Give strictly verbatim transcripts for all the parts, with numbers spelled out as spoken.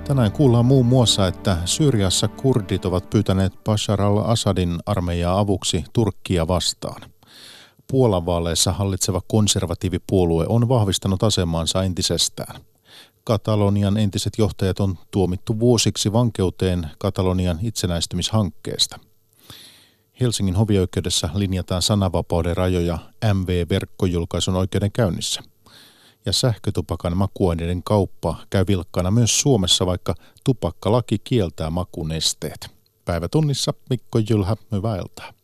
Tänään kuullaan muun muassa, että Syyriassa kurdit ovat pyytäneet Bashar al-Assadin armeijaa avuksi Turkkia vastaan. Puolan vaaleissa hallitseva konservatiivipuolue on vahvistanut asemaansa entisestään. Katalonian entiset johtajat on tuomittu vuosiksi vankeuteen Katalonian itsenäistymishankkeesta. Helsingin hovioikeudessa linjataan sananvapauden rajoja M V-verkkojulkaisun oikeudenkäynnissä. Ja sähkötupakan makuaineiden kauppa käy vilkkaana myös Suomessa, vaikka tupakkalaki kieltää makunesteet. Päivätunnissa Mikko Jylhä, hyvää iltaa.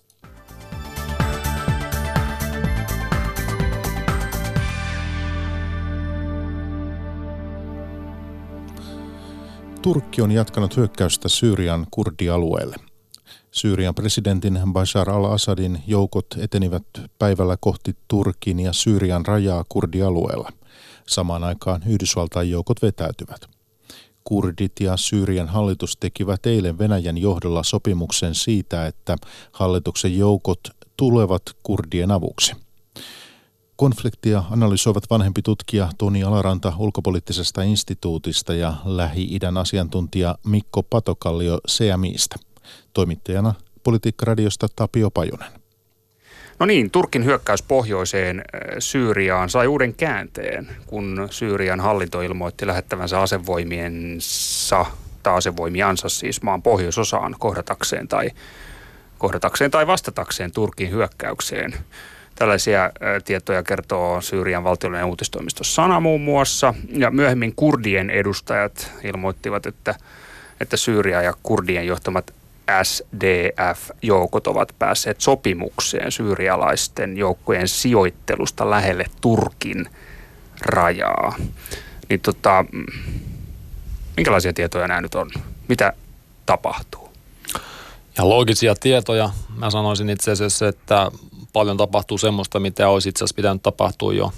Turkki on jatkanut hyökkäystä Syyrian kurdialueelle. Syyrian presidentin Bashar al-Assadin joukot etenivät päivällä kohti Turkin ja Syyrian rajaa kurdialueella. Samaan aikaan Yhdysvaltain joukot vetäytyvät. Kurdit ja Syyrian hallitus tekivät eilen Venäjän johdolla sopimuksen siitä, että hallituksen joukot tulevat kurdien avuksi. Konfliktia analysoivat vanhempi tutkija Toni Alaranta ulkopoliittisesta instituutista ja Lähi-idän asiantuntija Mikko Patokallio C M I:stä. Toimittajana Politiikka-radiosta Tapio Pajunen. No niin, Turkin hyökkäys pohjoiseen Syyriaan sai uuden käänteen, kun Syyrian hallinto ilmoitti lähettävänsä asevoimiensa, tai asevoimiansa siis maan pohjoisosaan kohdatakseen tai, kohdatakseen tai vastatakseen Turkin hyökkäykseen. Tällaisia ä, tietoja kertoo Syyrian valtiollinen uutistoimisto Sana muun muassa, ja myöhemmin kurdien edustajat ilmoittivat, että, että Syyria ja kurdien johtamat S D F-joukot ovat päässeet sopimukseen syyrialaisten joukkojen sijoittelusta lähelle Turkin rajaa. Niin tota, minkälaisia tietoja nämä nyt on? Mitä tapahtuu? Ja loogisia tietoja. Mä sanoisin itse asiassa, että paljon tapahtuu semmoista, mitä olisi itse asiassa pitänyt tapahtua jo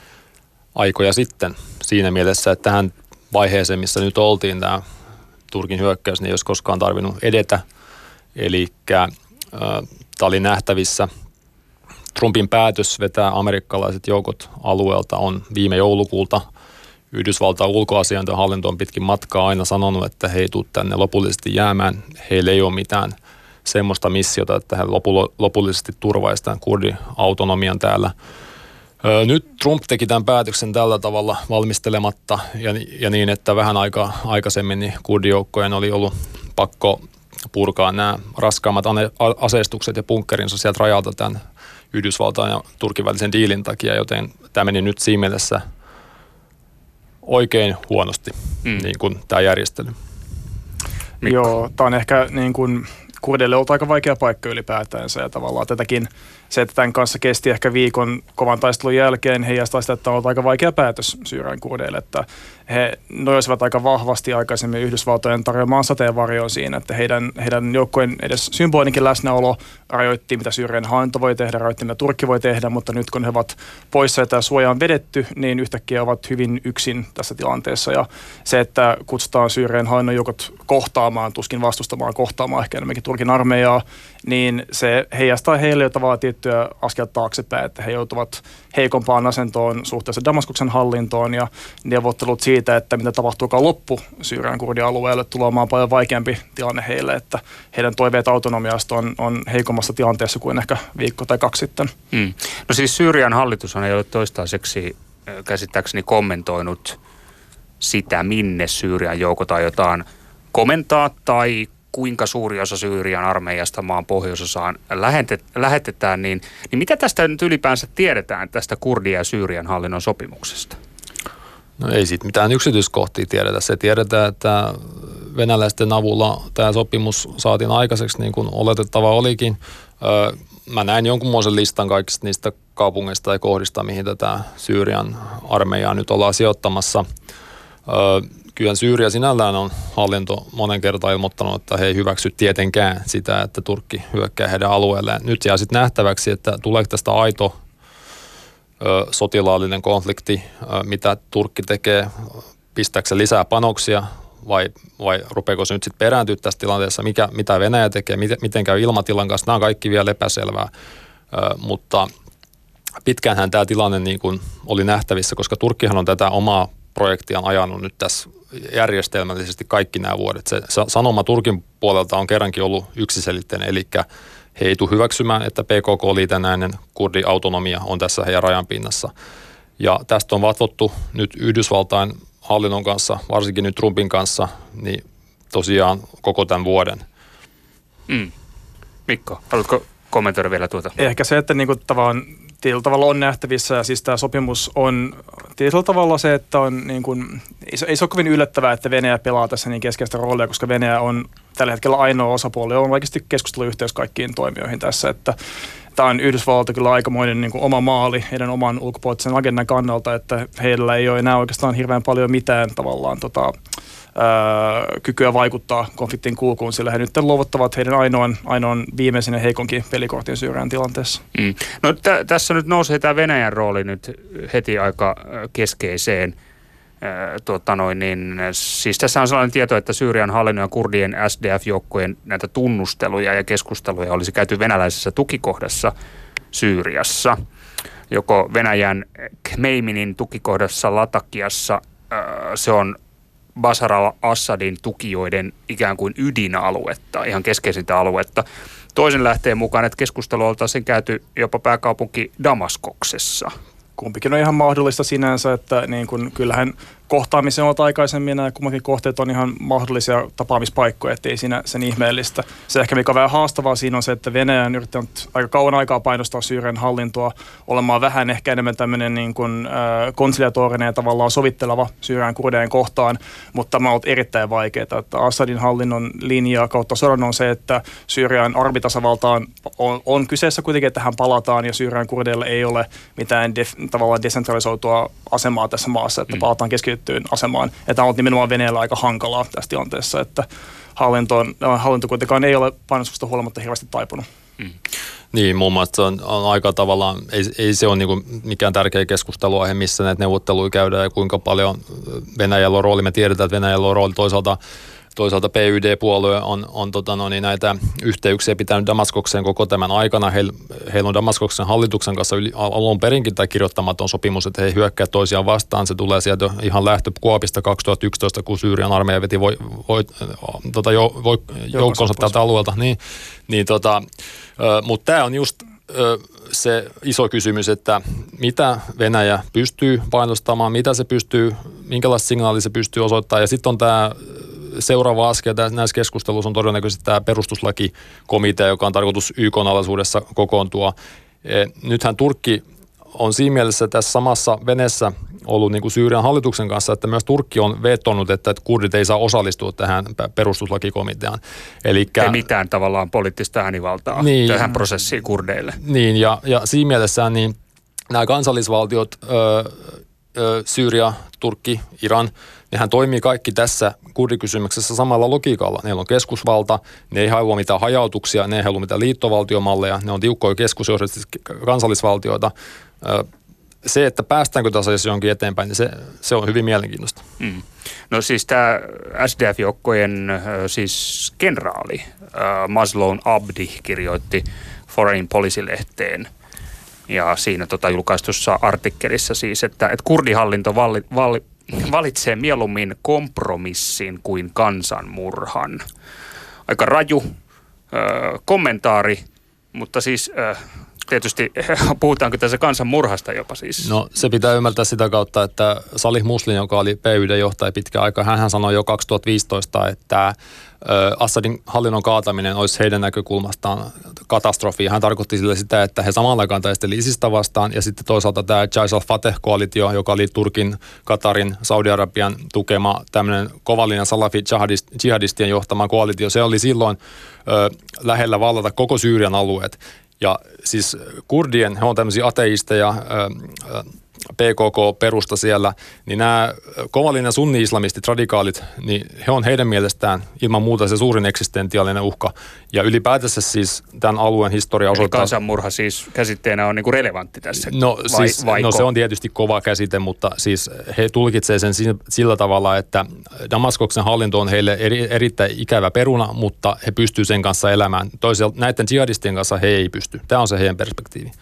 aikoja sitten. Siinä mielessä, että tähän vaiheeseen, missä nyt oltiin, tämä Turkin hyökkäys, niin ei olisi koskaan tarvinnut edetä. Eli äh, tämä oli nähtävissä. Trumpin päätös vetää amerikkalaiset joukot alueelta on viime joulukuulta. Yhdysvaltain ulkoasiainhallinto on pitkin matkaa aina sanonut, että he ei tule tänne lopullisesti jäämään. Heillä ei ole mitään semmoista missiota, että he lopullisesti turvaisivat kurdiautonomian täällä. Öö, nyt Trump teki tämän päätöksen tällä tavalla valmistelematta ja, ja niin, että vähän aika aikaisemmin niin kurdijoukkojen oli ollut pakko purkaa nämä raskaammat aseistukset ja bunkkerinsa sieltä rajalta tämän Yhdysvaltain ja Turkin välisen diilin takia, joten tämä meni nyt siinä mielessä oikein huonosti, mm. niin kuin tämä järjestely. Mikko. Joo, tämä on ehkä niin kuin kurdeille ollut aika vaikea paikka ylipäätänsä ja tavallaan tätäkin se, että tämän kanssa kesti ehkä viikon kovan taistelun jälkeen heijastaa sitä, että on ollut aika vaikea päätös Syyrian kurdeille, että he nojasivat aika vahvasti aikaisemmin Yhdysvaltojen tarjoamaan sateenvarjoon siinä, että heidän, heidän joukkojen edes symbolinenkin läsnäolo rajoitti, mitä Syyrian hallinto voi tehdä, rajoitti, mitä Turkki voi tehdä, mutta nyt kun he ovat poissa ja tämä suoja on vedetty, niin yhtäkkiä ovat hyvin yksin tässä tilanteessa ja se, että kutsutaan Syyrian hallinnon joukot kohtaamaan, tuskin vastustamaan, kohtaamaan ehkä enemmänkin Turkin armeijaa, niin se heijastaa heille jo tavallaan tiettyä askelta taaksepäin, että he joutuvat heikompaan asentoon suhteessa Damaskuksen hallintoon ja neuvottelut siitä, että mitä tapahtuukaan loppu Syyrian kurdialueelle, tulee olemaan paljon vaikeampi tilanne heille, että heidän toiveet autonomiasta on, on heikommassa tilanteessa kuin ehkä viikko tai kaksi sitten. Hmm. No siis Syyrian hallitushan ei ole toistaiseksi käsittääkseni kommentoinut sitä, minne Syyrian joukot aiotaan komentaa tai kuinka suuri osa Syyrian armeijasta maan pohjoisosaan lähetetään, niin, niin mitä tästä nyt ylipäänsä tiedetään tästä Kurdien ja Syyrian hallinnon sopimuksesta? No ei siitä mitään yksityiskohtia tiedetä. Se tiedetään, että venäläisten avulla tämä sopimus saatiin aikaiseksi niin kuin oletettava olikin. Mä näin jonkunmoisen listan kaikista niistä kaupungeista tai kohdista, mihin tätä Syyrian armeijaa nyt ollaan sijoittamassa. Kyllä Syyria sinällään on hallinto monen kertaan ilmoittanut, että he ei hyväksy tietenkään sitä, että Turkki hyökkää heidän alueelleen. Nyt jää sitten nähtäväksi, että tuleeko tästä aito ö, sotilaallinen konflikti, ö, mitä Turkki tekee, pistääkö se lisää panoksia vai, vai rupeako se nyt sitten perääntyä tässä tilanteessa, mikä, mitä Venäjä tekee, miten, miten käy ilmatilan kanssa, nämä on kaikki vielä epäselvää, ö, mutta pitkäänhän tämä tilanne niin kuin oli nähtävissä, koska Turkkihan on tätä omaa projektia on ajanut nyt tässä järjestelmällisesti kaikki nämä vuodet. Se sanoma Turkin puolelta on kerrankin ollut yksiselitteinen, eli he ei tule hyväksymään, että P K K-liitännäinen kurdiautonomia on tässä heidän rajanpinnassa. Ja tästä on vatvottu nyt Yhdysvaltain hallinnon kanssa, varsinkin nyt Trumpin kanssa, niin tosiaan koko tämän vuoden. Mm. Mikko, haluatko kommentoida vielä tuota? Ehkä se, että niinku tavallaan tietyllä tavalla on nähtävissä, ja siis tämä sopimus on tietyllä tavalla se, että on niin kuin, ei, se, ei se ole kovin yllättävää, että Venäjä pelaa tässä niin keskeistä roolia, koska Venäjä on tällä hetkellä ainoa osapuoli, on oikeasti keskusteluyhteys kaikkiin toimijoihin tässä, että tämä on Yhdysvalta kyllä aikamoinen niin kuin oma maali heidän oman ulkopoliittisen agendan kannalta, että heillä ei ole enää oikeastaan hirveän paljon mitään tavallaan tota, Öö, kykyä vaikuttaa konfliktin kulkuun, sillä he nyt luovuttavat heidän ainoan, ainoan viimeisen ja heikonkin pelikortin Syyrian tilanteessa. Mm. No t- tässä nyt nousee tämä Venäjän rooli nyt heti aika keskeiseen. Öö, tuota noin, niin, siis tässä on sellainen tieto, että Syyrian hallinnon ja kurdien S D F-joukkojen näitä tunnusteluja ja keskusteluja olisi käyty venäläisessä tukikohdassa Syyriassa. Joko Venäjän Khmeiminin tukikohdassa Latakiassa, öö, se on Bashar al-Assadin tukijoiden ikään kuin ydinaluetta, ihan keskeisintä aluetta. Toisen lähteen mukaan, että keskustelu oltaisiin käyty jopa pääkaupunki Damaskoksessa. Kumpikin on ihan mahdollista sinänsä, että niin kun, kyllähän kohtaamisen on aikaisemmin, nämä kummankin kohteet on ihan mahdollisia tapaamispaikkoja, ettei siinä sen ihmeellistä. Se ehkä mikä on vähän haastavaa siinä on se, että Venäjä on yrittänyt aika kauan aikaa painostaa Syyrian hallintoa olemaan vähän ehkä enemmän tämmöinen niin kuin, äh, konsiliatorinen ja tavallaan sovitteleva Syyrian kurdejen kohtaan, mutta tämä on ollut erittäin vaikeaa. Että Assadin hallinnon linja kautta sodan on se, että Syyrian arbitasavaltaan on, on kyseessä kuitenkin, että tähän palataan ja Syyrian kurdeilla ei ole mitään def, tavallaan desentralisoitua asemaa tässä maassa, että mm. palataan keskityttyyn asemaan. Ja tämä on nimenomaan Venäjällä aika hankalaa tässä tilanteessa, että hallinto, hallinto kuitenkaan ei ole painostusta huolimatta hirveästi taipunut. Mm. Niin, muun muassa on, on aika tavallaan, ei, ei se ole niinku mikään tärkeä keskusteluaihe, missä näitä neuvotteluja käydään ja kuinka paljon Venäjällä on rooli. Me tiedetään, että Venäjällä on rooli toisaalta Toisaalta P Y D-puolue on, on tota no, niin näitä yhteyksiä pitänyt Damaskokseen koko tämän aikana. Heillä heil on Damaskoksen hallituksen kanssa yli, alun perinkin tämä kirjoittamaton sopimus, että he hyökkää toisiaan vastaan. Se tulee sieltä ihan lähtökuopista kaksituhattayksitoista, kun Syyrian armeija veti voi, voi, tota, jo, voi, joukkonsa tältä alueelta. Niin, niin tota, mutta tämä on just se iso kysymys, että mitä Venäjä pystyy painostamaan, mitä se pystyy, minkälaista signaalia se pystyy osoittamaan. Ja sitten on tämä seuraava askel näissä keskusteluissa on todennäköisesti tämä perustuslakikomitea, joka on tarkoitus Y K:n alaisuudessa kokoontua. Nythän Turkki on siinä mielessä tässä samassa veneessä ollut niin kuin Syyrian hallituksen kanssa, että myös Turkki on vetonut, että kurdit ei saa osallistua tähän perustuslakikomiteaan. Elikkä, ei mitään tavallaan poliittista äänivaltaa niin, tähän prosessiin kurdeille. Niin, ja, ja siinä mielessä niin nämä kansallisvaltiot, ö, ö, Syyria, Turkki, Iran, nehän toimii kaikki tässä kurdikysymyksessä samalla logiikalla. Neillä on keskusvalta, ne ei halua mitään hajautuksia, ne ei halua mitään liittovaltiomalleja, ne on tiukkoja keskusjohdollisesti kansallisvaltioita. Se, että päästäänkö tässä asiassa jonkin eteenpäin, niin se, se on hyvin mielenkiintoista. Mm. No siis tämä S D F-joukkojen siis kenraali Mazloum Abdi kirjoitti Foreign Policy-lehteen ja siinä tota julkaistussa artikkelissa siis, että, että kurdihallinto valli, valli, valitsee mieluummin kompromissin kuin kansanmurhan. Aika raju ö, kommentaari, mutta siis ö, tietysti puhutaanko tässä kansanmurhasta jopa siis? No se pitää ymmärtää sitä kautta, että Salih Muslim, joka oli P Y D-johtaja pitkä aika, hän sanoi jo kaksituhattaviisitoista, että Assadin hallinnon kaataminen olisi heidän näkökulmastaan katastrofi. Hän tarkoitti sille sitä, että he samalla aikaan taisteli ISISistä vastaan ja sitten toisaalta tämä Jais al-Fateh-koalitio, joka oli Turkin, Katarin, Saudi-Arabian tukema tämmöinen kovallinen salafi-jihadistien johtama koalitio. Se oli silloin ö, lähellä vallata koko Syyrian alueet. Ja siis kurdien, he on tämmöisiä ateisteja, ö, ö, P K K-perusta siellä, niin nämä kovallinen sunni-islamistit, radikaalit, niin he on heidän mielestään ilman muuta se suurin eksistentiaalinen uhka. Ja ylipäätänsä siis tämän alueen historia osoittaa... Eli kansanmurha siis käsitteenä on niinku relevantti tässä, no, vai, siis, no se on tietysti kova käsite, mutta siis he tulkitsevat sen sillä tavalla, että Damaskoksen hallinto on heille eri, erittäin ikävä peruna, mutta he pystyvät sen kanssa elämään. Toisaalta näiden jihadistien kanssa he ei pysty. Tämä on se heidän perspektiivi. Mm.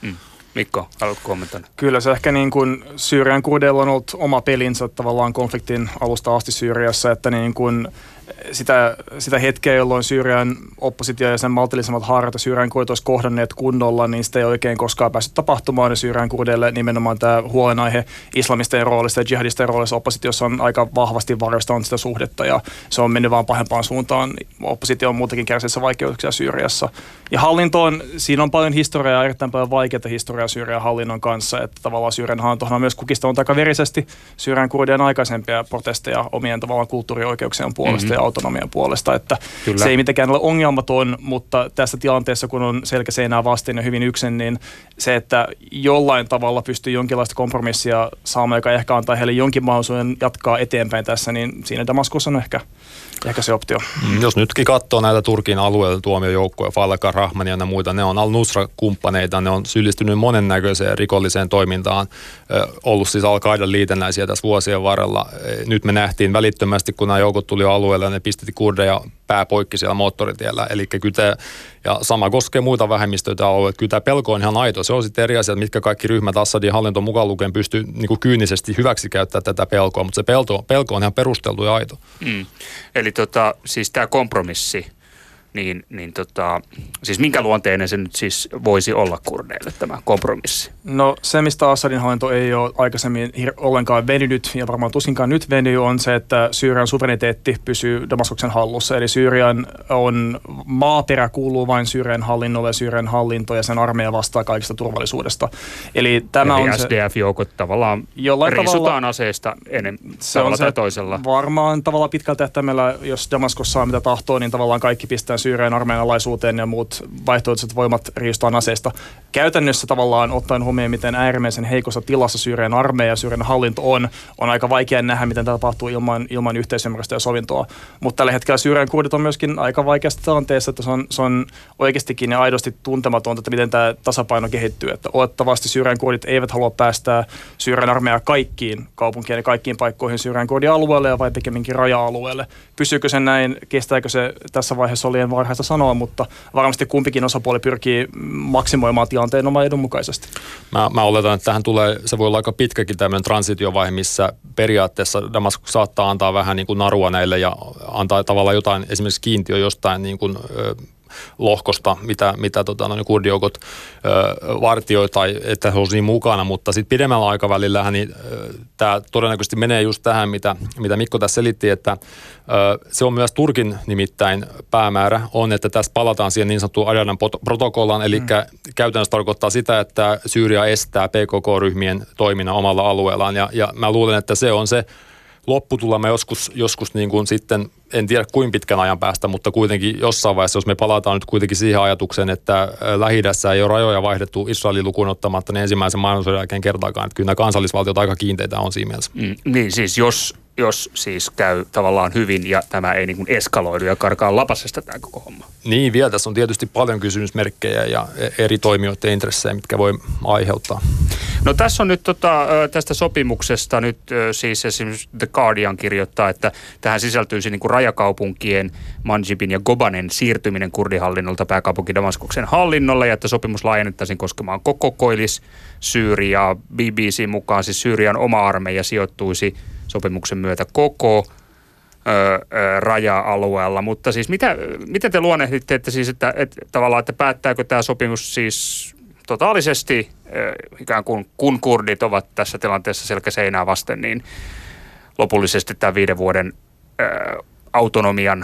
Mikko, haluatko kommentoida? Kyllä se ehkä niin kuin Syyrian kurdeilla on ollut oma pelinsä tavallaan konfliktin alusta asti Syyriassa, että niin kuin sitä, sitä hetkeä, jolloin Syyrian oppositio ja sen maltillisemmat haarat ja Syyrian kurdit olisi kohdanneet kunnolla, niin sitä ei oikein koskaan päässyt tapahtumaan. Ja Syyrian kurdeille nimenomaan tämä huolenaihe islamisten roolista ja jihadisten roolista oppositiossa on aika vahvasti varjostanut sitä suhdetta ja se on mennyt vaan pahempaan suuntaan. Oppositio on muutenkin kärsiessä vaikeuksia Syyriassa. Ja hallinto on, siinä on paljon historiaa ja erittäin paljon vaikeaa historiaa Syyrian hallinnon kanssa, että tavallaan Syyrian hallintohan on myös kukistanut aika verisesti Syyrian kurdien aikaisempia protesteja omien tavallaan kulttuurioikeuksien puolesta mm-hmm. ja autonomian puolesta, että Kyllä. se ei mitenkään ole ongelmaton, mutta tässä tilanteessa, kun on selkä seinää vasten ja hyvin yksin, niin se, että jollain tavalla pystyy jonkinlaista kompromissia saamaan, joka ehkä antaa heille jonkin mahdollisuuden jatkaa eteenpäin tässä, niin siinä Damaskus on ehkä, ehkä se optio. Mm, jos nytkin katsoo näitä Turkin alueella tuomiojoukkoja, Falaka, Rahmania ja muita, ne on al-Nusra-kumppaneita, ne on syyllistynyt monennäköiseen rikolliseen toimintaan, ö, ollut siis al-Qaidan liitännäisiä tässä vuosien varrella. Nyt me nähtiin välittömästi, kun nämä joukot tuli alueelle, ne pisti kurdeja pää poikki siellä moottoritiellä. Eli kyllä, ja sama koskee muita vähemmistöitä alueita. Kyllä tämä pelko on ihan aito. Se on sitten eri asia, mitkä kaikki ryhmät Assadin hallinto mukaan lukien pystyy niin kuin kyynisesti hyväksikäyttämään tätä pelkoa, mutta se pelko, pelko on ihan perusteltu ja aito. Mm. Eli tota, siis tämä kompromissi, niin, niin tota, siis minkä luonteinen se nyt siis voisi olla kurdeille tämä kompromissi? No se, mistä Assadin hallinto ei ole aikaisemmin hir- ollenkaan venynyt ja varmaan tusinkaan nyt venyy, on se, että Syyrian suvereniteetti pysyy Damaskoksen hallussa. Eli Syyrian on, maaperä kuuluu vain Syyrian hallinnolle ja Syyrian hallinto ja sen armeija vastaa kaikista turvallisuudesta. Eli tämä Eli on S D F-joukot tavallaan riisutaan aseista enemmän tavalla tai toisella. Varmaan tavallaan pitkällä tähtäimellä, jos Damaskos saa mitä tahtoo, niin tavallaan kaikki pistää Syyrian armeijan alaisuuteen ja muut vaihtoehtoiset voimat riisutaan aseista. Käytännössä tavallaan ottaen huomioon, miten äärimmäisen heikossa tilassa Syyrian armeija ja Syyrian hallinto on, on aika vaikea nähdä, miten tämä tapahtuu ilman, ilman yhteisymmärrystä ja sovintoa. Mutta tällä hetkellä Syyrian kurdit on myöskin aika vaikeassa tilanteessa, että se on, se on oikeastikin ja aidosti tuntematonta, että miten tämä tasapaino kehittyy. Että olettavasti Syyrian kurdit eivät halua päästää Syyrian armeijaa kaikkiin kaupunkeihin ja kaikkiin paikkoihin Syyrian kurdin alueelle vai pikemminkin raja-alueelle. Pysyykö se näin, kestääkö se tässä vaiheessa oli varhaista sanoa, mutta varmasti kumpikin osapuoli pyrkii maksimoimaan tilanteen oman edun mukaisesti. Mä, mä oletan, että tähän tulee, se voi olla aika pitkäkin tämmöinen transitiovaihe, missä periaatteessa Damaskus saattaa antaa vähän niin kuin narua näille ja antaa tavallaan jotain, esimerkiksi kiintiö jostain niin kuin, ö, lohkosta, mitä, mitä tota, no, kurdijoukot ö, vartioi tai että he olisivat niin mukana, mutta sitten pidemmällä aikavälillä niin tämä todennäköisesti menee just tähän, mitä, mitä Mikko tässä selitti, että ö, se on myös Turkin nimittäin päämäärä on, että tässä palataan siihen niin sanottuun Adanan protokollaan, eli mm. käytännössä tarkoittaa sitä, että Syyria estää P K K-ryhmien toiminnan omalla alueellaan ja, ja mä luulen, että se on se lopputulema joskus, joskus niin kuin sitten, en tiedä kuinka pitkän ajan päästä, mutta kuitenkin jossain vaiheessa, jos me palataan nyt kuitenkin siihen ajatukseen, että Lähi-idässä ei ole rajoja vaihdettu Israelin lukuun ottamatta niin ensimmäisen maailmansodan jälkeen kertaakaan, että kyllä nämä kansallisvaltiot aika kiinteitä on siinä mielessä. Mm, niin siis jos, jos siis käy tavallaan hyvin ja tämä ei niin kuin eskaloidu ja karkaa lapasesta tämä koko homma. Niin, vielä tässä on tietysti paljon kysymysmerkkejä ja eri toimijoiden intressejä, mitkä voi aiheuttaa. No tässä on nyt tota, tästä sopimuksesta nyt siis esimerkiksi The Guardian kirjoittaa, että tähän sisältyisi niin kuin rajakaupunkien Manjibin ja Gobanen siirtyminen kurdihallinnolta pääkaupunki Damaskoksen hallinnolle ja että sopimus laajennettaisiin koskemaan koko Koillis-Syyriaa. B B C mukaan siis Syyrian oma armeija sijoittuisi sopimuksen myötä koko ö, ö, raja-alueella, mutta siis mitä, miten te luonnehditte, että siis, että, että tavallaan, että päättääkö tämä sopimus siis totaalisesti, ikään kuin kun kurdit ovat tässä tilanteessa selkäseinää vasten, niin lopullisesti tämän viiden vuoden ää, autonomian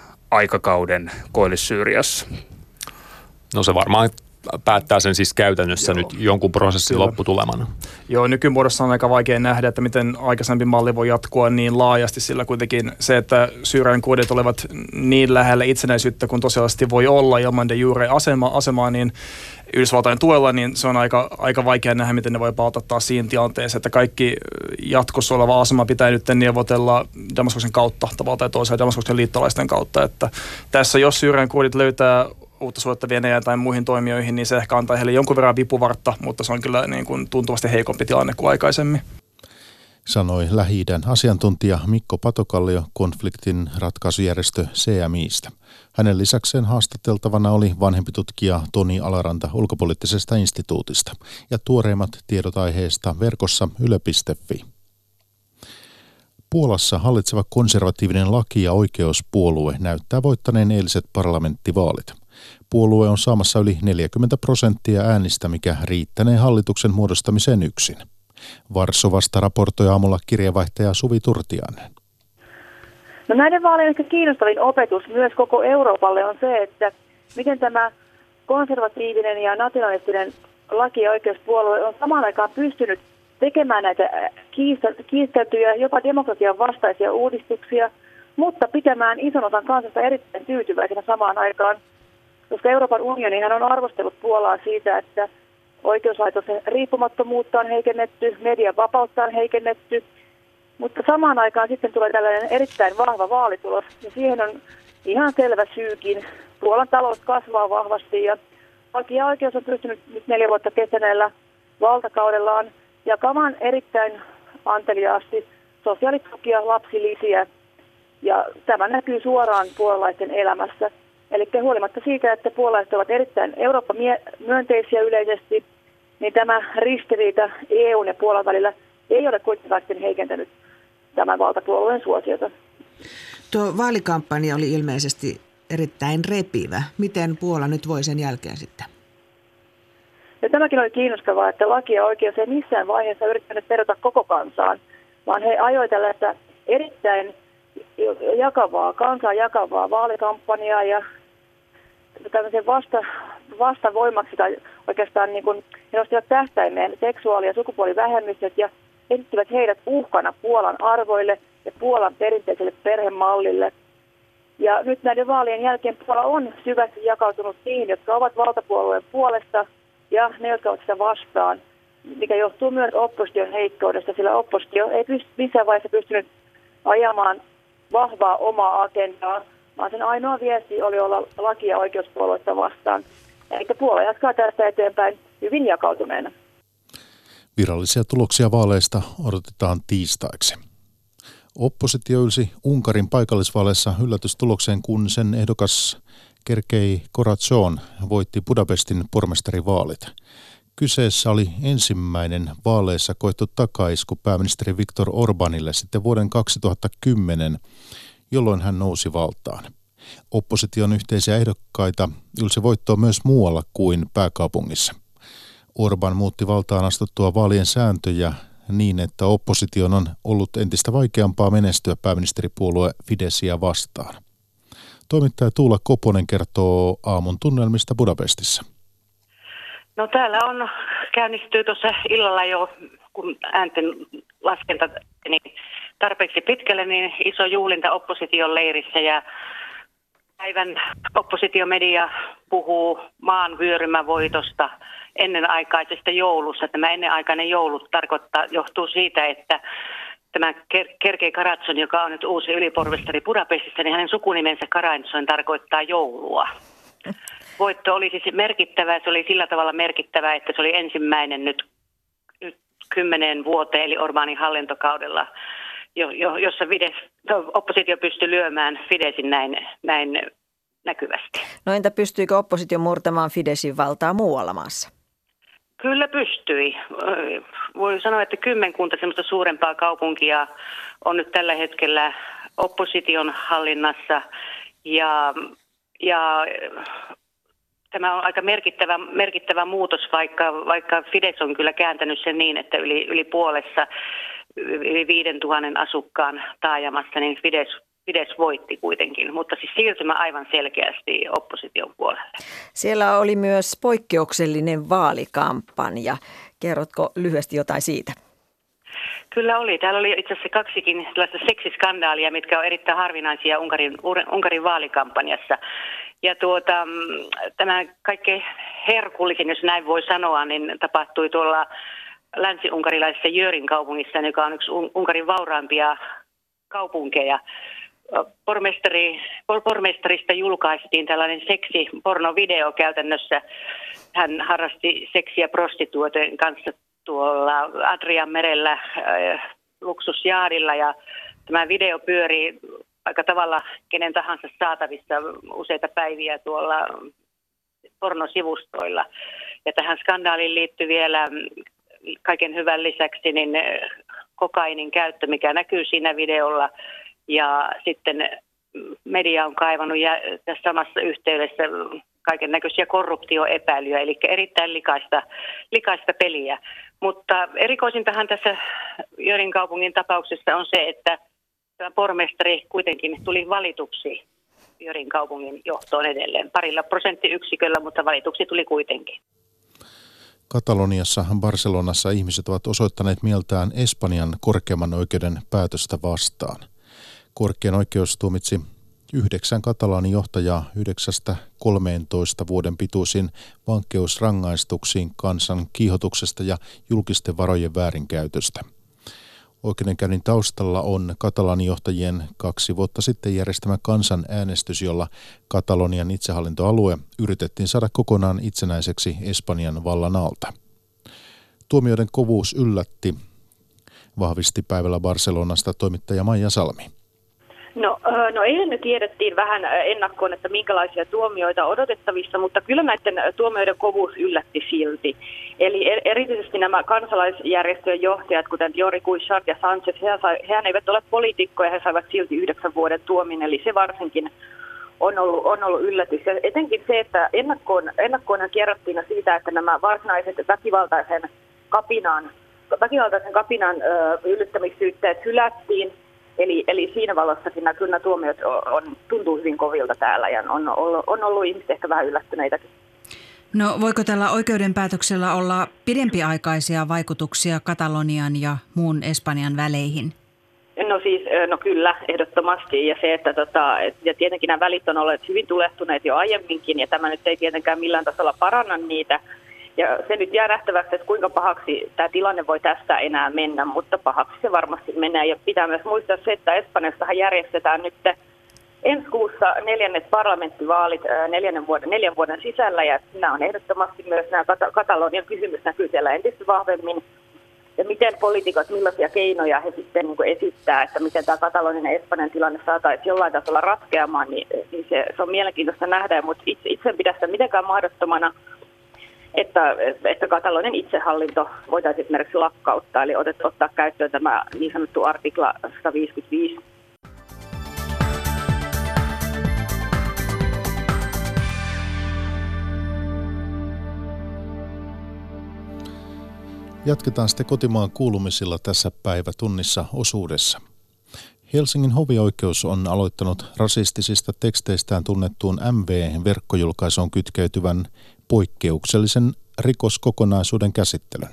aikakauden Koillis-Syyriassa? No se varmaan päättää sen siis käytännössä Joo. nyt jonkun prosessin Kyllä. lopputulemana. Joo, nykymuodossa on aika vaikea nähdä, että miten aikaisempi malli voi jatkua niin laajasti, sillä kuitenkin se, että Syyrian kurdit olivat niin lähellä itsenäisyyttä kuin tosiaalisesti voi olla ilman de jure asema, asemaa, niin Yhdysvaltain tuella, niin se on aika, aika vaikea nähdä, miten ne voi palata taas siinä tilanteessa, että kaikki jatkossa oleva asema pitää nyt neuvotella Damaskoksen kautta, tavallaan tai toisaalta Damaskoksen liittolaisten kautta, että tässä jos Syyrian kurdit löytää uutta suhdetta Venäjään tai muihin toimijoihin, niin se ehkä antaa heille jonkun verran vipuvartta, mutta se on kyllä niin kuin tuntuvasti heikompi tilanne kuin aikaisemmin. sanoi Lähi-idän asiantuntija Mikko Patokallio konfliktin ratkaisujärjestö C M I:stä. Hänen lisäkseen haastateltavana oli vanhempi tutkija Toni Alaranta Ulkopoliittisesta instituutista ja tuoreimmat tiedot aiheesta verkossa yle piste fi. Puolassa hallitseva konservatiivinen laki- ja oikeuspuolue näyttää voittaneen eiliset parlamenttivaalit. Puolue on saamassa yli neljäkymmentä prosenttia äänistä, mikä riittänee hallituksen muodostamiseen yksin. Varsovasta raportoi aamulla kirjeenvaihtaja Suvi Turtiainen. No näiden vaalien ehkä kiinnostavin opetus myös koko Euroopalle on se, että miten tämä konservatiivinen ja nationalistinen laki- ja oikeuspuolue on samaan aikaan pystynyt tekemään näitä kiisteltyjä, jopa demokratian vastaisia uudistuksia, mutta pitämään ison osan kansasta erittäin tyytyväisenä samaan aikaan, koska Euroopan unionihan on arvostellut Puolaa siitä, että oikeuslaitoksen riippumattomuutta on heikennetty, median vapautta on heikennetty, mutta samaan aikaan sitten tulee tällainen erittäin vahva vaalitulos, ja siihen on ihan selvä syykin. Puolan talous kasvaa vahvasti, ja laki ja oikeus on pystynyt nyt neljä vuotta kestäneellä valtakaudellaan jakamaan erittäin anteliaasti sosiaalitukia, lapsilisiä, ja tämä näkyy suoraan puolalaisten elämässä. Eli huolimatta siitä, että puolalaiset ovat erittäin Eurooppa-myönteisiä yleisesti, niin tämä ristiriita E U:n ja Puolan välillä ei ole kuitenkaan heikentänyt tämän valtapuolueen suosiota. Tuo vaalikampanja oli ilmeisesti erittäin repivä. Miten Puola nyt voi sen jälkeen sitten? Ja tämäkin oli kiinnostavaa, että laki ja oikeus ei missään vaiheessa yrittänyt perata koko kansaan, vaan he ajoivat tällaista erittäin jakavaa, kansaa jakavaa vaalikampanjaa ja tämmöisen vasta, vastavoimaksi tai oikeastaan niin kuin he nostivat tähtäimeen seksuaali- ja sukupuolivähemmistöt ja esittivät heidät uhkana Puolan arvoille ja Puolan perinteiselle perhemallille. Ja nyt näiden vaalien jälkeen Puola on syvästi jakautunut niihin, jotka ovat valtapuolueen puolesta ja ne, jotka ovat sitä vastaan, mikä johtuu myös opposition heikkoudesta, sillä oppositio ei pysty, missään vaiheessa pystynyt ajamaan vahvaa omaa agendaa, vaan sen ainoa viesti oli olla laki- ja oikeuspuoluetta vastaan. Eli Puola jatkaa tästä eteenpäin hyvin jakautuneena. Virallisia tuloksia vaaleista odotetaan tiistaiksi. Oppositio ylsi Unkarin paikallisvaaleissa yllätystulokseen, kun sen ehdokas Kerkei Koratson voitti Budapestin pormestarivaalit. Kyseessä oli ensimmäinen vaaleissa koettu takaisku pääministeri Viktor Orbanille sitten vuoden kaksituhattakymmenen, jolloin hän nousi valtaan. Opposition yhteisiä ehdokkaita ylsi voittoa myös muualla kuin pääkaupungissa. Orban muutti valtaan astuttua vaalien sääntöjä niin, että opposition on ollut entistä vaikeampaa menestyä pääministeripuolue Fideszia vastaan. Toimittaja Tuula Koponen kertoo aamun tunnelmista Budapestissa. No täällä on käynnistyy tuossa illalla jo, kun äänten laskenta niin tarpeeksi pitkälle, niin iso juhlinta opposition leirissä ja päivän oppositiomedia puhuu maan vyörymävoitosta ennenaikaisesta joulusta. Tämä ennenaikainen joulu tarkoittaa, johtuu siitä, että tämä Kerkei Karatson, joka on nyt uusi ylipormestari Budapestissa, niin hänen sukunimensä Karatson tarkoittaa joulua. Voitto oli siis merkittävä, se oli sillä tavalla merkittävä, että se oli ensimmäinen nyt, nyt kymmenen vuoteen, eli Orbanin hallintokaudella, jo, jo, jossa Fidesz, oppositio pystyi lyömään Fideszin näin, näin näkyvästi. No entä pystyykö oppositio murtamaan Fideszin valtaa muualla maassa? Kyllä pystyi. Voi sanoa, että kymmenkunta semmoista suurempaa kaupunkia on nyt tällä hetkellä opposition hallinnassa ja, ja tämä on aika merkittävä, merkittävä muutos, vaikka, vaikka Fidesz on kyllä kääntänyt sen niin, että yli, yli puolessa, yli viiden tuhannen asukkaan taajamassa, niin Fidesz, Fidesz voitti kuitenkin, mutta siis siirtymä aivan selkeästi opposition puolelle. Siellä oli myös poikkeuksellinen vaalikampanja. Kerrotko lyhyesti jotain siitä? Kyllä oli. Täällä oli itse asiassa kaksikin tällaista seksiskandaalia, mitkä on erittäin harvinaisia Unkarin, Unkarin vaalikampanjassa. Ja tuota, tämä kaikkein herkullisin, jos näin voi sanoa, niin tapahtui tuolla länsi-unkarilaisessa Jörin kaupungissa, joka on yksi Unkarin vauraimpia kaupunkeja. Pormestari, pormestarista julkaistiin tällainen seksipornovideo käytännössä. Hän harrasti seksiä prostituoiden kanssa tuolla Adrian merellä luksusjaadilla ja tämä video pyörii aika tavalla kenen tahansa saatavissa useita päiviä tuolla pornosivustoilla. Ja tähän skandaaliin liittyy vielä kaiken hyvän lisäksi niin kokainin käyttö, mikä näkyy siinä videolla. Ja sitten media on kaivannut tässä samassa yhteydessä kaiken näköisiä korruptioepäilyjä, eli erittäin likaista, likaista peliä. Mutta erikoisintahan tässä Jyrin kaupungin tapauksessa on se, että tämä pormestari kuitenkin tuli valituksi Jyrin kaupungin johtoon edelleen. Parilla prosenttiyksiköllä, mutta valituksi tuli kuitenkin. Kataloniassa, Barcelonassa ihmiset ovat osoittaneet mieltään Espanjan korkeimman oikeuden päätöstä vastaan. Korkein oikeus tuomitsi yhdeksän Katalanin johtajaa yhdeksästä kolmeentoista vuoden pituisiin vankeusrangaistuksiin kansan kiihotuksesta ja julkisten varojen väärinkäytöstä. Oikeudenkäynnin taustalla on Katalanin johtajien kaksi vuotta sitten järjestämä kansanäänestys, jolla Katalonian itsehallintoalue yritettiin saada kokonaan itsenäiseksi Espanjan vallan alta. Tuomioiden kovuus yllätti, vahvisti päivällä Barcelonasta toimittaja Maija Salmi. No, no eilen me tiedettiin vähän ennakkoon, että minkälaisia tuomioita odotettavissa, mutta kyllä näiden tuomioiden kovuus yllätti silti. Eli erityisesti nämä kansalaisjärjestöjen johtajat, kuten Jordi Cuixart ja Sánchez, hehän eivät ole poliitikkoja, he saivat silti yhdeksän vuoden tuomin, eli se varsinkin on ollut, on ollut yllätys. Ja etenkin se, että ennakkoon, ennakkoon kerrottiin siitä, että nämä varsinaiset väkivaltaisen kapinaan, väkivaltaisen kapinaan yllyttämissyytteet hylättiin. Eli, eli siinä valossakin nämä, kyllä nämä tuomiot on, tuntuu hyvin kovilta täällä ja on, on, on ollut ihmiset ehkä vähän yllättyneitäkin. No voiko tällä oikeudenpäätöksellä olla pidempiaikaisia vaikutuksia Katalonian ja muun Espanjan väleihin? No siis, no kyllä, ehdottomasti. Ja se, että tota, ja tietenkin nämä välit on olleet hyvin tulehtuneet jo aiemminkin ja tämä nyt ei tietenkään millään tasolla paranna niitä. Ja se nyt jää nähtäväksi, että kuinka pahaksi tämä tilanne voi tästä enää mennä, mutta pahaksi se varmasti menee. Ja pitää myös muistaa se, että Espanjassahan järjestetään nyt ensi kuussa neljännet parlamenttivaalit neljännen vuoden, neljän vuoden sisällä. Ja nämä on ehdottomasti myös nämä Katalonian kysymys näkyy siellä entistä vahvemmin. Ja miten poliitikot, millaisia keinoja he sitten niin kuin esittää, että miten tämä Katalonian ja Espanjan tilanne saataisiin jollain tasolla ratkeamaan, niin, niin se, se on mielenkiintoista nähdä. Mutta itse, itse en pidä sitä mitenkään mahdottomana, Että, että Katalonian itsehallinto voitaisiin esimerkiksi lakkauttaa, eli otet, ottaa käyttöön tämä niin sanottu artikla sata viisikymmentäviisi. Jatketaan sitten kotimaan kuulumisilla tässä päivätunnissa osuudessa. Helsingin hovioikeus on aloittanut rasistisista teksteistään tunnettuun M V-verkkojulkaisuun kytkeytyvän poikkeuksellisen rikoskokonaisuuden käsittelyn.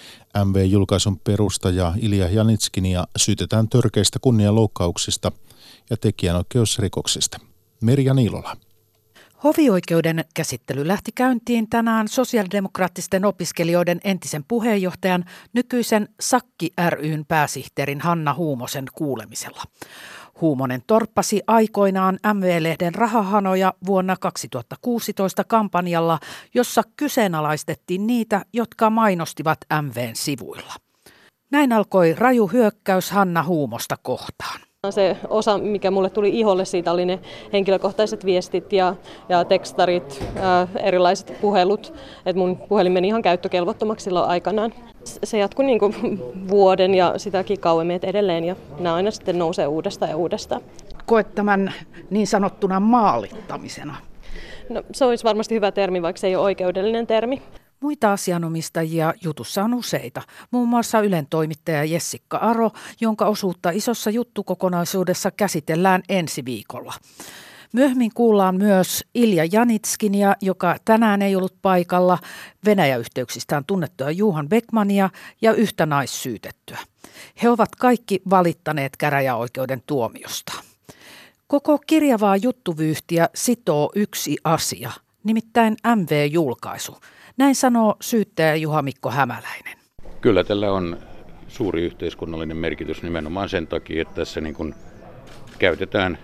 M V-julkaisun perustaja Ilja Janitskinia syytetään törkeistä kunnianloukkauksista ja tekijänoikeusrikoksista. Merja Niilola. Hovioikeuden käsittely lähti käyntiin tänään sosiaalidemokraattisten opiskelijoiden entisen puheenjohtajan, nykyisen Sakki ry:n pääsihteerin Hanna Huumosen kuulemisella. Huumonen torppasi aikoinaan M V-lehden rahahanoja vuonna kaksituhattakuusitoista kampanjalla, jossa kyseenalaistettiin niitä, jotka mainostivat M V:n sivuilla. Näin alkoi raju hyökkäys Hanna Huumosta kohtaan. Se osa, mikä mulle tuli iholle siitä, oli ne henkilökohtaiset viestit ja, ja tekstarit, ää, erilaiset puhelut. Et mun puhelin meni ihan käyttökelvottomaksi silloin aikanaan. Se jatkui niin kuin vuoden ja sitäkin kauemmin edelleen ja nämä aina sitten nousee uudestaan ja uudestaan. Koet tämän niin sanottuna maalittamisena? No, se olisi varmasti hyvä termi, vaikka se ei ole oikeudellinen termi. Muita asianomistajia jutussa on useita, muun muassa Ylen toimittaja Jessica Aro, jonka osuutta isossa juttukokonaisuudessa käsitellään ensi viikolla. Myöhemmin kuullaan myös Ilja Janitskinia, joka tänään ei ollut paikalla, Venäjä-yhteyksistään tunnettua Johan Beckmania ja yhtä naissyytettyä. He ovat kaikki valittaneet käräjäoikeuden tuomiosta. Koko kirjavaa juttuvyyhtiä sitoo yksi asia, nimittäin M V-julkaisu. Näin sanoo syyttäjä Juha-Mikko Hämäläinen. Kyllä tällä on suuri yhteiskunnallinen merkitys nimenomaan sen takia, että tässä niin kuin käytetään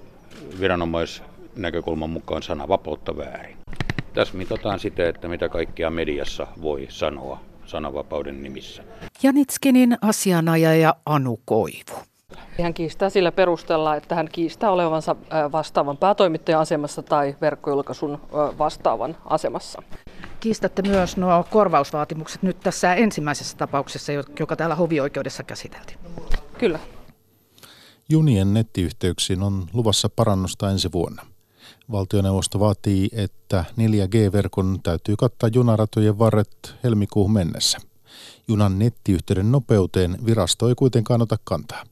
viranomaisnäkökulman mukaan sananvapautta väärin. Tässä mitataan sitä, että mitä kaikkea mediassa voi sanoa sananvapauden nimissä. Janitskinin asianajaja Anu Koivu. Hän kiistää sillä perusteella, että hän kiistää olevansa vastaavan päätoimittajan asemassa tai verkkojulkaisun vastaavan asemassa. Kiistätte myös nuo korvausvaatimukset nyt tässä ensimmäisessä tapauksessa, joka täällä hovioikeudessa käsiteltiin. Kyllä. Junien nettiyhteyksiin on luvassa parannusta ensi vuonna. Valtioneuvosto vaatii, että neljä G-verkon täytyy kattaa junaratojen varret helmikuuhun mennessä. Junan nettiyhteyden nopeuteen virasto ei kuitenkaan ota kantaa.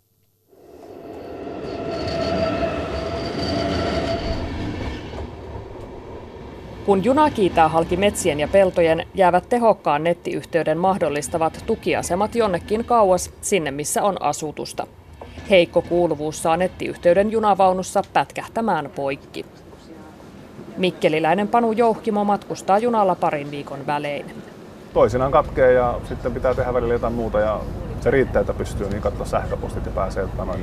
Kun juna kiitää halki metsien ja peltojen, jäävät tehokkaan nettiyhteyden mahdollistavat tukiasemat jonnekin kauas sinne, missä on asutusta. Heikko kuuluvuus saa nettiyhteyden junavaunussa pätkähtämään poikki. Mikkeliläinen Panu Jouhkimo matkustaa junalla parin viikon välein. Toisinaan katkee ja sitten pitää tehdä välillä jotain muuta ja se riittää, että pystyy niin katsoa sähköpostit ja pääsee noin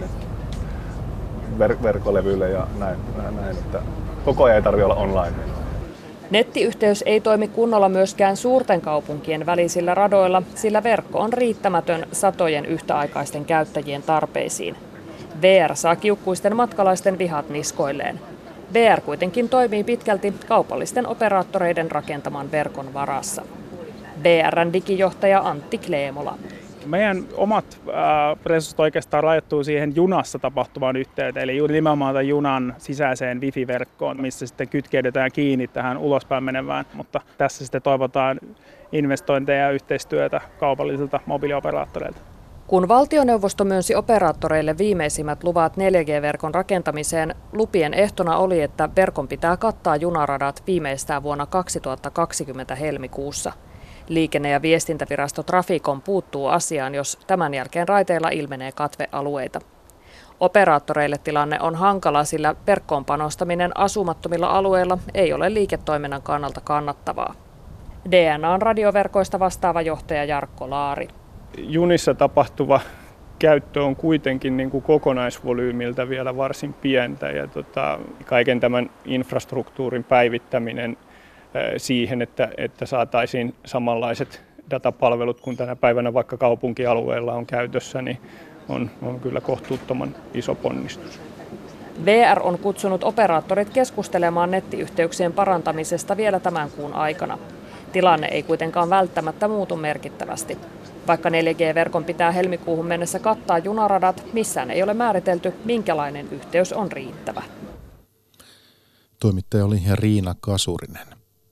ver- verkkolevyille ja näin, näin, että koko ajan ei tarvitse olla online. Nettiyhteys ei toimi kunnolla myöskään suurten kaupunkien välisillä radoilla, sillä verkko on riittämätön satojen yhtäaikaisten käyttäjien tarpeisiin. V R saa kiukkuisten matkalaisten vihat niskoilleen. V R kuitenkin toimii pitkälti kaupallisten operaattoreiden rakentaman verkon varassa. V R:n digijohtaja Antti Kleemola. Meidän omat äh, resurssit oikeastaan rajoittuu siihen junassa tapahtuvaan yhteyteen, eli juuri nimenomaan tämän junan sisäiseen wifi-verkkoon, missä sitten kytkeydytään kiinni tähän ulospäin menevään, mutta tässä sitten toivotaan investointeja ja yhteistyötä kaupallisilta mobiilioperaattoreilta. Kun valtioneuvosto myönsi operaattoreille viimeisimmät luvat neljä G-verkon rakentamiseen, lupien ehtona oli, että verkon pitää kattaa junaradat viimeistään vuonna kaksituhattakaksikymmentä helmikuussa. Liikenne- ja viestintävirasto Traficom puuttuu asiaan, jos tämän jälkeen raiteilla ilmenee katvealueita. Operaattoreille tilanne on hankala, sillä verkkoon panostaminen asumattomilla alueilla ei ole liiketoiminnan kannalta kannattavaa. D N A:n radioverkoista vastaava johtaja Jarkko Laari. Junissa tapahtuva käyttö on kuitenkin niin kuin kokonaisvolyymiltä vielä varsin pientä ja tota, kaiken tämän infrastruktuurin päivittäminen siihen, että, että saataisiin samanlaiset datapalvelut kuin tänä päivänä vaikka kaupunkialueella on käytössä, niin on, on kyllä kohtuuttoman iso ponnistus. V R on kutsunut operaattorit keskustelemaan nettiyhteyksien parantamisesta vielä tämän kuun aikana. Tilanne ei kuitenkaan välttämättä muutu merkittävästi. Vaikka neljä G-verkon pitää helmikuuhun mennessä kattaa junaradat, missään ei ole määritelty, minkälainen yhteys on riittävä. Toimittaja oli Riina Kasurinen.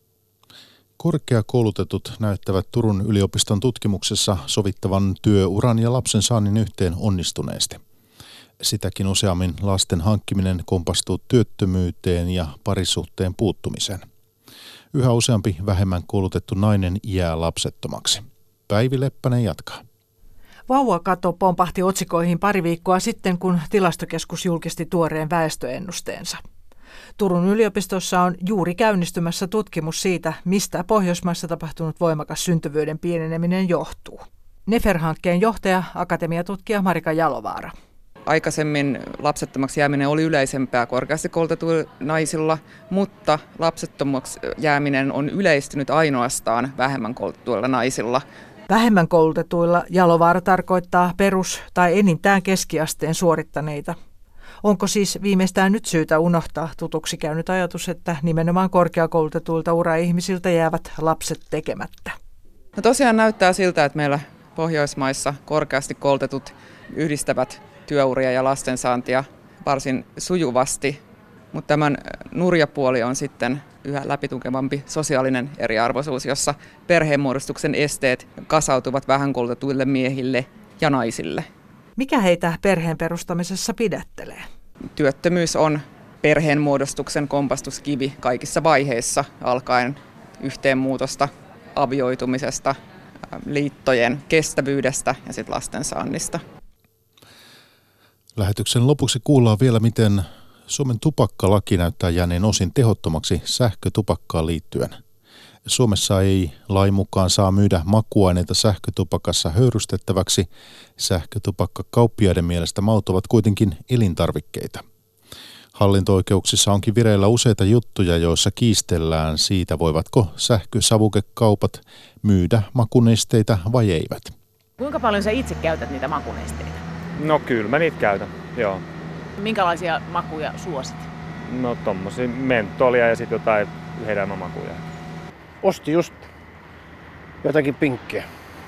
Korkeakoulutetut näyttävät Turun yliopiston tutkimuksessa sovittavan työuran ja lapsen saannin yhteen onnistuneesti. Sitäkin useammin lasten hankkiminen kompastuu työttömyyteen ja parisuhteen puuttumiseen. Yhä useampi vähemmän koulutettu nainen jää lapsettomaksi. Päivi Leppänen jatkaa. Vauvakato pompahti otsikoihin pari viikkoa sitten, kun Tilastokeskus julkisti tuoreen väestöennusteensa. Turun yliopistossa on juuri käynnistymässä tutkimus siitä, mistä Pohjoismaissa tapahtunut voimakas syntyvyyden pieneneminen johtuu. Nefer-hankkeen johtaja, akatemiatutkija Marika Jalovaara. Aikaisemmin lapsettomaksi jääminen oli yleisempää korkeasti koulutetuilla naisilla, mutta lapsettomaksi jääminen on yleistynyt ainoastaan vähemmän koulutetuilla naisilla. Vähemmän koulutetuilla Jalovaara tarkoittaa perus- tai enintään keskiasteen suorittaneita. Onko siis viimeistään nyt syytä unohtaa tutuksi käynyt ajatus, että nimenomaan korkeakoulutetuilta ura-ihmisiltä jäävät lapset tekemättä? No tosiaan näyttää siltä, että meillä Pohjoismaissa korkeasti koulutetut yhdistävät työuria ja lastensaantia varsin sujuvasti, mutta tämän nurjapuoli on sitten yhä läpitunkevampi sosiaalinen eriarvoisuus, jossa perheenmuodostuksen esteet kasautuvat vähän koulutetuille miehille ja naisille. Mikä heitä perheen perustamisessa pidättelee? Työttömyys on perheenmuodostuksen kompastuskivi kaikissa vaiheissa, alkaen yhteenmuutosta, avioitumisesta, liittojen kestävyydestä ja sitten lastensaannista. Lähetyksen lopuksi kuullaan vielä, miten Suomen tupakkalaki näyttää jääneen osin tehottomaksi sähkötupakkaan liittyen. Suomessa ei lain mukaan saa myydä makuaineita sähkötupakassa höyrystettäväksi. Sähkötupakkakauppiaiden mielestä maut ovat kuitenkin elintarvikkeita. Hallinto-oikeuksissa onkin vireillä useita juttuja, joissa kiistellään siitä, voivatko sähkösavukekaupat myydä makunesteitä vai eivät. Kuinka paljon sä itse käytät niitä makunesteitä? No kyllä mä niitä käytän, joo. Minkälaisia makuja suosit? No tommosia mentolia ja sitten jotain hedelmämakuja. Osti just jotakin pinkkiä.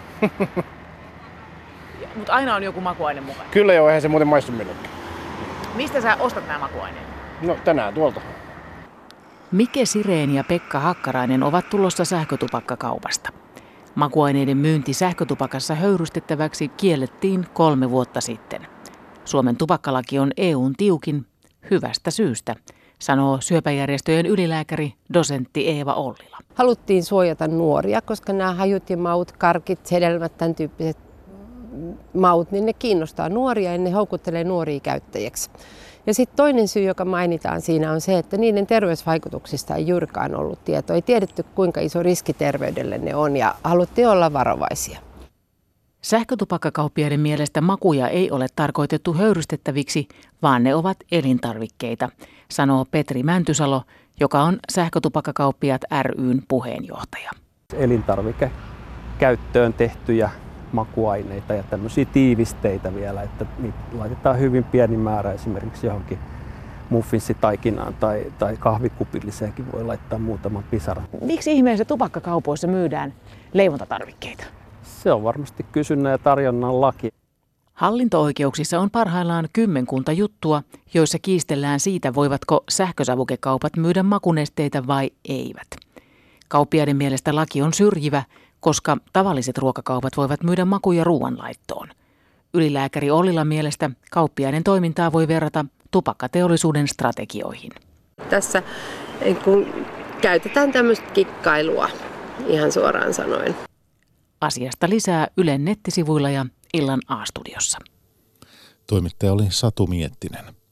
Mutta aina on joku makuaine mukana. Kyllä joo, eihän se muuten maistu millekään. Mistä sä ostat nämä makuaineet? No tänään tuolta. Mike Sireen ja Pekka Hakkarainen ovat tulossa sähkötupakkakaupasta. Makuaineiden myynti sähkötupakassa höyrystettäväksi kiellettiin kolme vuotta sitten. Suomen tupakkalaki on E U:n tiukin hyvästä syystä, sanoo syöpäjärjestöjen ylilääkäri, dosentti Eeva Ollila. Haluttiin suojata nuoria, koska nämä hajut ja maut, karkit, hedelmät, tämän tyyppiset maut, niin ne kiinnostaa nuoria ja ne houkuttelee nuoria käyttäjäksi. Ja sitten toinen syy, joka mainitaan siinä, on se, että niiden terveysvaikutuksista ei juurikaan ollut tietoa. Ei tiedetty, kuinka iso riski terveydelle ne on ja haluttiin olla varovaisia. Sähkötupakkakauppiaiden mielestä makuja ei ole tarkoitettu höyrystettäviksi, vaan ne ovat elintarvikkeita, sanoo Petri Mäntysalo, joka on Sähkötupakkakauppiaat ry:n puheenjohtaja. Elintarvikekäyttöön tehtyjä makuaineita ja tämmöisiä tiivisteitä vielä, että niitä laitetaan hyvin pieni määrä esimerkiksi johonkin muffinssitaikinaan tai, tai kahvikupilliseenkin voi laittaa muutaman pisaran. Miksi ihmeessä tupakkakaupoissa myydään leivontatarvikkeita? Se on varmasti kysynnän ja tarjonnan laki. Hallinto-oikeuksissa on parhaillaan kymmenkunta juttua, joissa kiistellään siitä, voivatko sähkösavukekaupat myydä makunesteitä vai eivät. Kauppiaiden mielestä laki on syrjivä, koska tavalliset ruokakaupat voivat myydä makuja ruoanlaittoon. Ylilääkäri Ollilan mielestä kauppiaiden toimintaa voi verrata tupakkateollisuuden strategioihin. Tässä kun käytetään tämmöistä kikkailua, ihan suoraan sanoen. Asiasta lisää Ylen nettisivuilla ja Illan A-studiossa. Toimittaja oli Satu Miettinen.